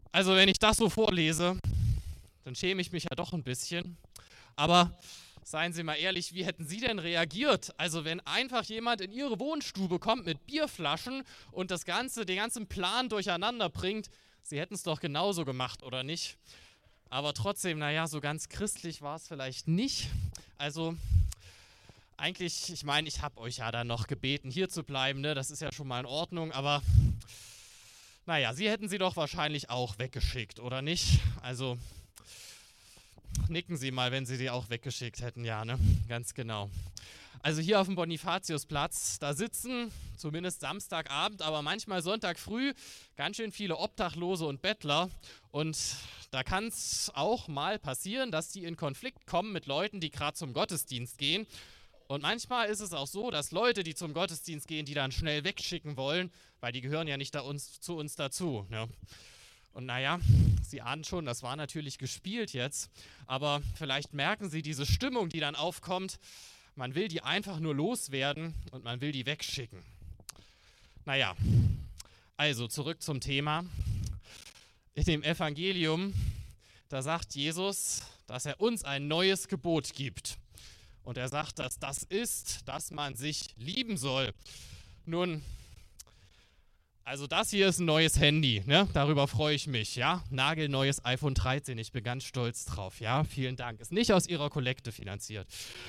Also wenn ich das so vorlese, dann schäme ich mich ja doch ein bisschen. Aber seien Sie mal ehrlich, wie hätten Sie denn reagiert? Also wenn einfach jemand in Ihre Wohnstube kommt mit Bierflaschen und den ganzen Plan durcheinander bringt, Sie hätten es doch genauso gemacht, oder nicht? Aber trotzdem, naja, so ganz christlich war es vielleicht nicht. Also eigentlich, ich meine, ich habe euch ja dann noch gebeten, hier zu bleiben, ne? Das ist ja schon mal in Ordnung, aber naja, Sie hätten sie doch wahrscheinlich auch weggeschickt, oder nicht? Also nicken Sie mal, wenn Sie sie auch weggeschickt hätten, ja, ne? Ganz genau. Also hier auf dem Bonifatiusplatz, da sitzen zumindest Samstagabend, aber manchmal Sonntag früh ganz schön viele Obdachlose und Bettler. Und da kann es auch mal passieren, dass die in Konflikt kommen mit Leuten, die gerade zum Gottesdienst gehen. Und manchmal ist es auch so, dass Leute, die zum Gottesdienst gehen, die dann schnell wegschicken wollen, weil die gehören ja nicht zu uns dazu. Ne? Und naja, Sie ahnen schon, das war natürlich gespielt jetzt, aber vielleicht merken Sie diese Stimmung, die dann aufkommt. Man will die einfach nur loswerden und man will die wegschicken. Naja, also zurück zum Thema. In dem Evangelium, da sagt Jesus, dass er uns ein neues Gebot gibt. Und er sagt, dass das ist, dass man sich lieben soll. Nun, also das hier ist ein neues Handy, ne? Darüber freue ich mich, ja? Nagelneues iPhone 13, ich bin ganz stolz drauf, ja? Vielen Dank. Ist nicht aus Ihrer Kollekte finanziert.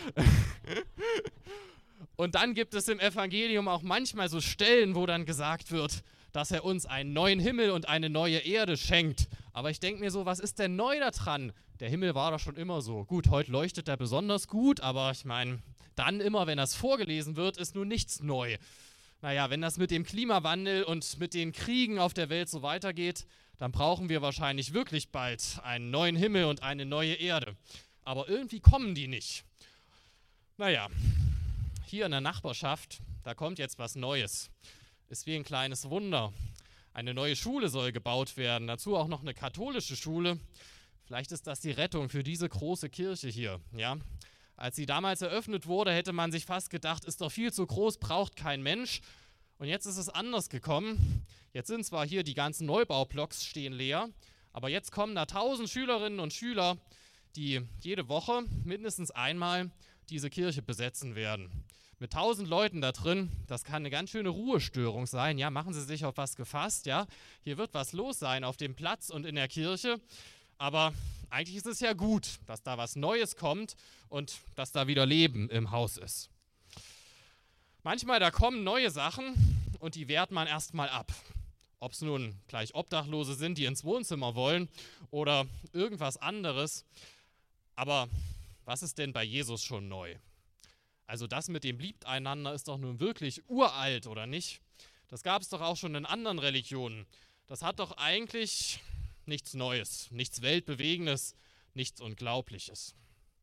Und dann gibt es im Evangelium auch manchmal so Stellen, wo dann gesagt wird, dass er uns einen neuen Himmel und eine neue Erde schenkt. Aber ich denke mir so, was ist denn neu daran? Der Himmel war doch schon immer so. Gut, heute leuchtet er besonders gut, aber ich meine, dann immer, wenn das vorgelesen wird, ist nun nichts neu. Naja, wenn das mit dem Klimawandel und mit den Kriegen auf der Welt so weitergeht, dann brauchen wir wahrscheinlich wirklich bald einen neuen Himmel und eine neue Erde. Aber irgendwie kommen die nicht. Naja, hier in der Nachbarschaft, da kommt jetzt was Neues. Ist wie ein kleines Wunder. Eine neue Schule soll gebaut werden, dazu auch noch eine katholische Schule. Vielleicht ist das die Rettung für diese große Kirche hier, ja? Als sie damals eröffnet wurde, hätte man sich fast gedacht, ist doch viel zu groß, braucht kein Mensch. Und jetzt ist es anders gekommen. Jetzt sind zwar hier die ganzen Neubaublocks stehen leer, aber jetzt kommen da 1000 Schülerinnen und Schüler, die jede Woche mindestens einmal diese Kirche besetzen werden. Mit 1000 Leuten da drin, das kann eine ganz schöne Ruhestörung sein. Ja, machen Sie sich auf was gefasst, ja? Hier wird was los sein auf dem Platz und in der Kirche. Aber eigentlich ist es ja gut, dass da was Neues kommt und dass da wieder Leben im Haus ist. Manchmal, da kommen neue Sachen und die wehrt man erstmal ab. Ob es nun gleich Obdachlose sind, die ins Wohnzimmer wollen oder irgendwas anderes. Aber was ist denn bei Jesus schon neu? Also das mit dem Liebt einander ist doch nun wirklich uralt, oder nicht? Das gab es doch auch schon in anderen Religionen. Das hat doch eigentlich nichts Neues, nichts Weltbewegendes, nichts Unglaubliches.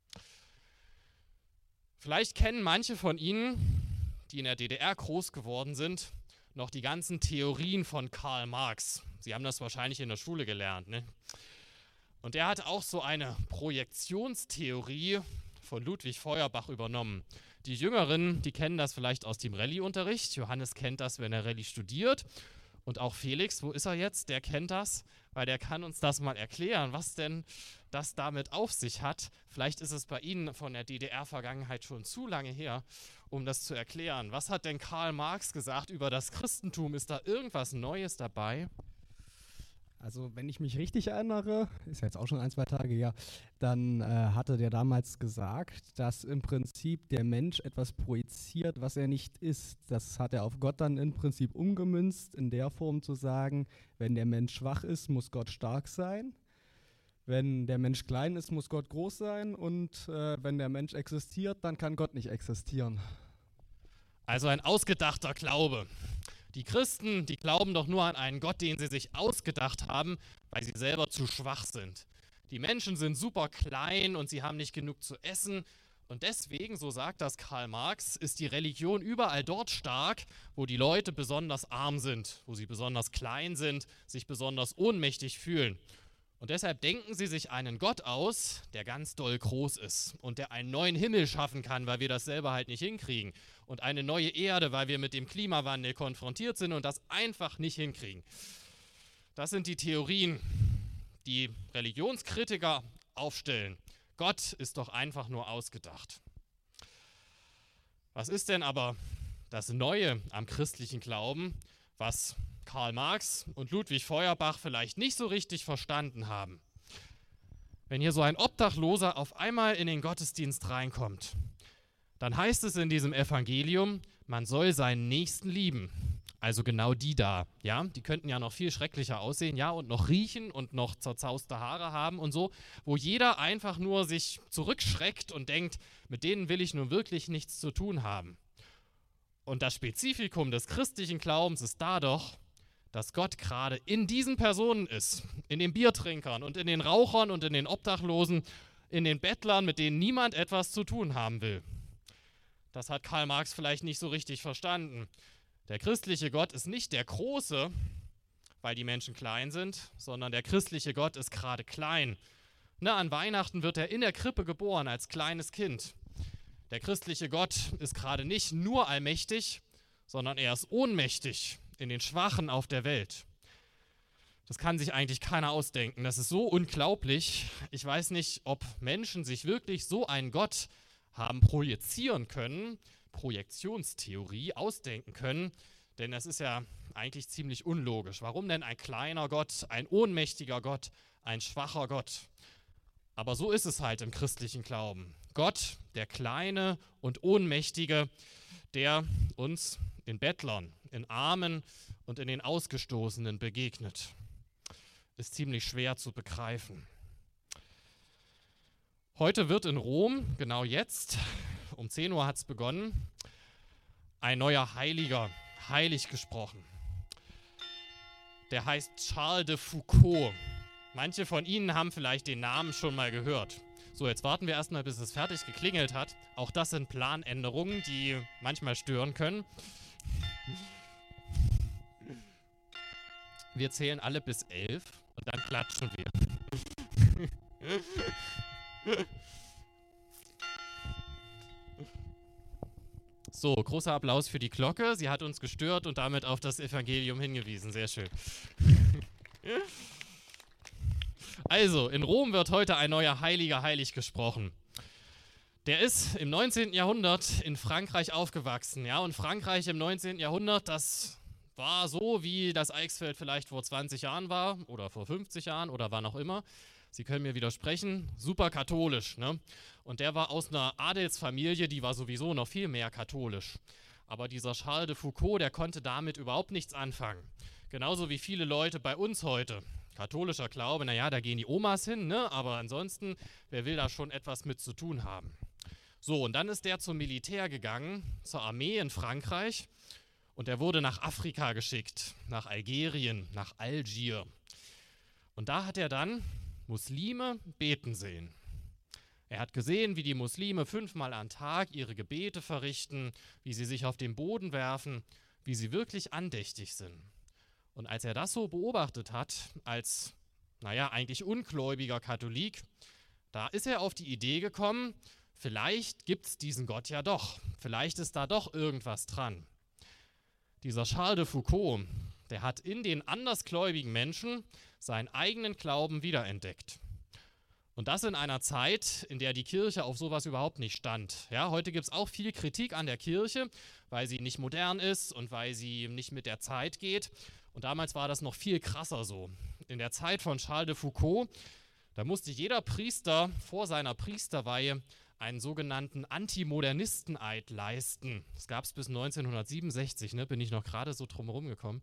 Vielleicht kennen manche von Ihnen, die in der DDR groß geworden sind, noch die ganzen Theorien von Karl Marx. Sie haben das wahrscheinlich in der Schule gelernt, ne? Und er hat auch so eine Projektionstheorie von Ludwig Feuerbach übernommen. Die Jüngeren, die kennen das vielleicht aus dem Rallye-Unterricht. Johannes kennt das, wenn er Rallye studiert. Und auch Felix, wo ist er jetzt? Der kennt das, weil der kann uns das mal erklären, was denn das damit auf sich hat. Vielleicht ist es bei Ihnen von der DDR-Vergangenheit schon zu lange her, um das zu erklären. Was hat denn Karl Marx gesagt über das Christentum? Ist da irgendwas Neues dabei? Also wenn ich mich richtig erinnere, ist ja jetzt auch schon 1, 2 Tage her, dann hatte der damals gesagt, dass im Prinzip der Mensch etwas projiziert, was er nicht ist. Das hat er auf Gott dann im Prinzip umgemünzt, in der Form zu sagen, wenn der Mensch schwach ist, muss Gott stark sein. Wenn der Mensch klein ist, muss Gott groß sein. Und wenn der Mensch existiert, dann kann Gott nicht existieren. Also ein ausgedachter Glaube. Die Christen, die glauben doch nur an einen Gott, den sie sich ausgedacht haben, weil sie selber zu schwach sind. Die Menschen sind super klein und sie haben nicht genug zu essen. Und deswegen, so sagt das Karl Marx, ist die Religion überall dort stark, wo die Leute besonders arm sind, wo sie besonders klein sind, sich besonders ohnmächtig fühlen. Und deshalb denken sie sich einen Gott aus, der ganz doll groß ist und der einen neuen Himmel schaffen kann, weil wir das selber halt nicht hinkriegen. Und eine neue Erde, weil wir mit dem Klimawandel konfrontiert sind und das einfach nicht hinkriegen. Das sind die Theorien die Religionskritiker aufstellen. Gott ist doch einfach nur ausgedacht. Was ist denn aber das Neue am christlichen Glauben, was Karl Marx und Ludwig Feuerbach vielleicht nicht so richtig verstanden haben? Wenn hier so ein Obdachloser auf einmal in den Gottesdienst reinkommt, dann heißt es in diesem Evangelium, man soll seinen Nächsten lieben. Also genau die da, ja, die könnten ja noch viel schrecklicher aussehen, ja, und noch riechen und noch zerzauste Haare haben und so, wo jeder einfach nur sich zurückschreckt und denkt, mit denen will ich nun wirklich nichts zu tun haben. Und das Spezifikum des christlichen Glaubens ist da doch, dass Gott gerade in diesen Personen ist, in den Biertrinkern und in den Rauchern und in den Obdachlosen, in den Bettlern, mit denen niemand etwas zu tun haben will. Das hat Karl Marx vielleicht nicht so richtig verstanden. Der christliche Gott ist nicht der Große, weil die Menschen klein sind, sondern der christliche Gott ist gerade klein. An Weihnachten wird er in der Krippe geboren als kleines Kind. Der christliche Gott ist gerade nicht nur allmächtig, sondern er ist ohnmächtig in den Schwachen auf der Welt. Das kann sich eigentlich keiner ausdenken. Das ist so unglaublich. Ich weiß nicht, ob Menschen sich wirklich so einen Gott haben projizieren können, Projektionstheorie ausdenken können, denn das ist ja eigentlich ziemlich unlogisch. Warum denn ein kleiner Gott, ein ohnmächtiger Gott, ein schwacher Gott? Aber so ist es halt im christlichen Glauben. Gott, der Kleine und Ohnmächtige, der uns in Bettlern, in Armen und in den Ausgestoßenen begegnet. Ist ziemlich schwer zu begreifen. Heute wird in Rom, genau jetzt, um 10 Uhr hat es begonnen, ein neuer Heiliger heilig gesprochen. Der heißt Charles de Foucault. Manche von Ihnen haben vielleicht den Namen schon mal gehört. So, jetzt warten wir erstmal, bis es fertig geklingelt hat. Auch das sind Planänderungen, die manchmal stören können. Wir zählen alle bis 11 und dann klatschen wir. So, großer Applaus für die Glocke. Sie hat uns gestört und damit auf das Evangelium hingewiesen. Sehr schön. Also, in Rom wird heute ein neuer Heiliger heilig gesprochen. Der ist im 19. Jahrhundert in Frankreich aufgewachsen. Ja, und Frankreich im 19. Jahrhundert, das war so, wie das Eichsfeld vielleicht vor 20 Jahren war oder vor 50 Jahren oder wann auch immer. Sie können mir widersprechen, super katholisch, ne? Und der war aus einer Adelsfamilie, die war sowieso noch viel mehr katholisch. Aber dieser Charles de Foucault, der konnte damit überhaupt nichts anfangen. Genauso wie viele Leute bei uns heute. Katholischer Glaube, naja, da gehen die Omas hin, ne? Aber ansonsten, wer will da schon etwas mit zu tun haben? So, und dann ist der zum Militär gegangen, zur Armee in Frankreich. Und er wurde nach Afrika geschickt, nach Algerien, nach Algier. Und da hat er dann Muslime beten sehen. Er hat gesehen, wie die Muslime 5-mal am Tag ihre Gebete verrichten, wie sie sich auf den Boden werfen, wie sie wirklich andächtig sind. Und als er das so beobachtet hat, als, eigentlich ungläubiger Katholik, da ist er auf die Idee gekommen, vielleicht gibt es diesen Gott ja doch, vielleicht ist da doch irgendwas dran. Dieser Charles de Foucault, der hat in den andersgläubigen Menschen seinen eigenen Glauben wiederentdeckt. Und das in einer Zeit, in der die Kirche auf sowas überhaupt nicht stand. Ja, heute gibt es auch viel Kritik an der Kirche, weil sie nicht modern ist und weil sie nicht mit der Zeit geht. Und damals war das noch viel krasser so. In der Zeit von Charles de Foucault, da musste jeder Priester vor seiner Priesterweihe einen sogenannten Antimodernisten-Eid leisten. Das gab es bis 1967, ne? Bin ich noch gerade so drumherum gekommen.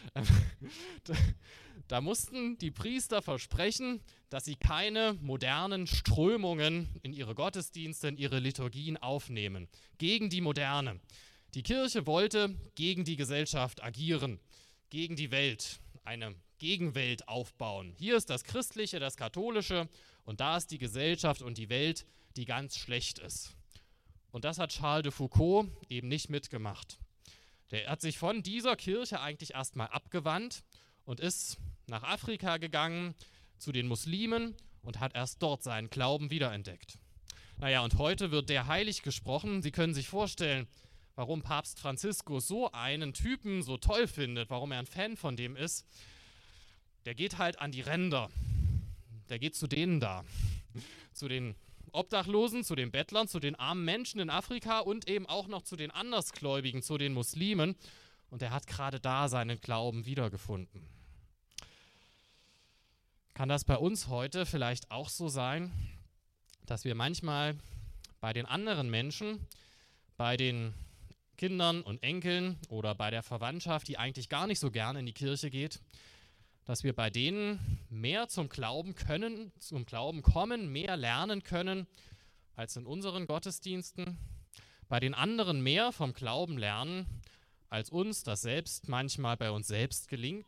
Da mussten die Priester versprechen, dass sie keine modernen Strömungen in ihre Gottesdienste, in ihre Liturgien aufnehmen. Gegen die Moderne. Die Kirche wollte gegen die Gesellschaft agieren, gegen die Welt, eine Gegenwelt aufbauen. Hier ist das Christliche, das Katholische und da ist die Gesellschaft und die Welt, die ganz schlecht ist. Und das hat Charles de Foucault eben nicht mitgemacht. Der hat sich von dieser Kirche eigentlich erstmal abgewandt und ist nach Afrika gegangen zu den Muslimen und hat erst dort seinen Glauben wiederentdeckt. Und heute wird der heilig gesprochen. Sie können sich vorstellen, warum Papst Franziskus so einen Typen so toll findet, warum er ein Fan von dem ist. Der geht halt an die Ränder. der geht zu denen da, zu den Obdachlosen, zu den Bettlern, zu den armen Menschen in Afrika und eben auch noch zu den Andersgläubigen, zu den Muslimen. Und er hat gerade da seinen Glauben wiedergefunden. Kann das bei uns heute vielleicht auch so sein, dass wir manchmal bei den anderen Menschen, bei den Kindern und Enkeln oder bei der Verwandtschaft, die eigentlich gar nicht so gerne in die Kirche geht, dass wir bei denen mehr zum Glauben kommen, mehr lernen können als in unseren Gottesdiensten, bei den anderen mehr vom Glauben lernen, als uns das selbst manchmal bei uns selbst gelingt?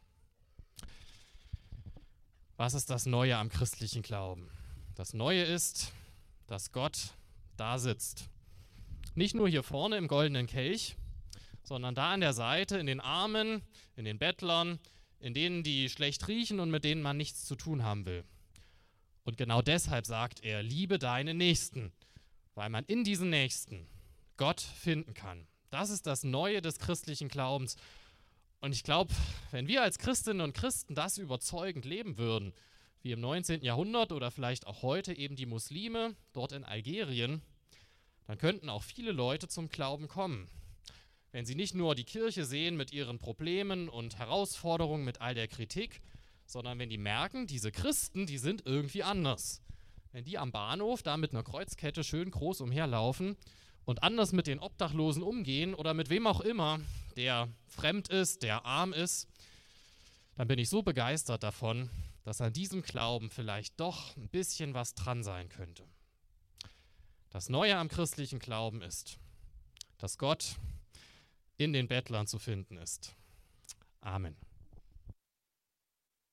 Was ist das Neue am christlichen Glauben? Das Neue ist, dass Gott da sitzt. Nicht nur hier vorne im goldenen Kelch, sondern da an der Seite, in den Armen, in den Bettlern, in denen, die schlecht riechen und mit denen man nichts zu tun haben will. Und genau deshalb sagt er, liebe deine Nächsten, weil man in diesen Nächsten Gott finden kann. Das ist das Neue des christlichen Glaubens. Und ich glaube, wenn wir als Christinnen und Christen das überzeugend leben würden, wie im 19. Jahrhundert oder vielleicht auch heute eben die Muslime dort in Algerien, dann könnten auch viele Leute zum Glauben kommen. Wenn sie nicht nur die Kirche sehen mit ihren Problemen und Herausforderungen, mit all der Kritik, sondern wenn die merken, diese Christen, die sind irgendwie anders. Wenn die am Bahnhof da mit einer Kreuzkette schön groß umherlaufen und anders mit den Obdachlosen umgehen oder mit wem auch immer, der fremd ist, der arm ist, dann bin ich so begeistert davon, dass an diesem Glauben vielleicht doch ein bisschen was dran sein könnte. Das Neue am christlichen Glauben ist, dass Gott in den Bettlern zu finden ist. Amen.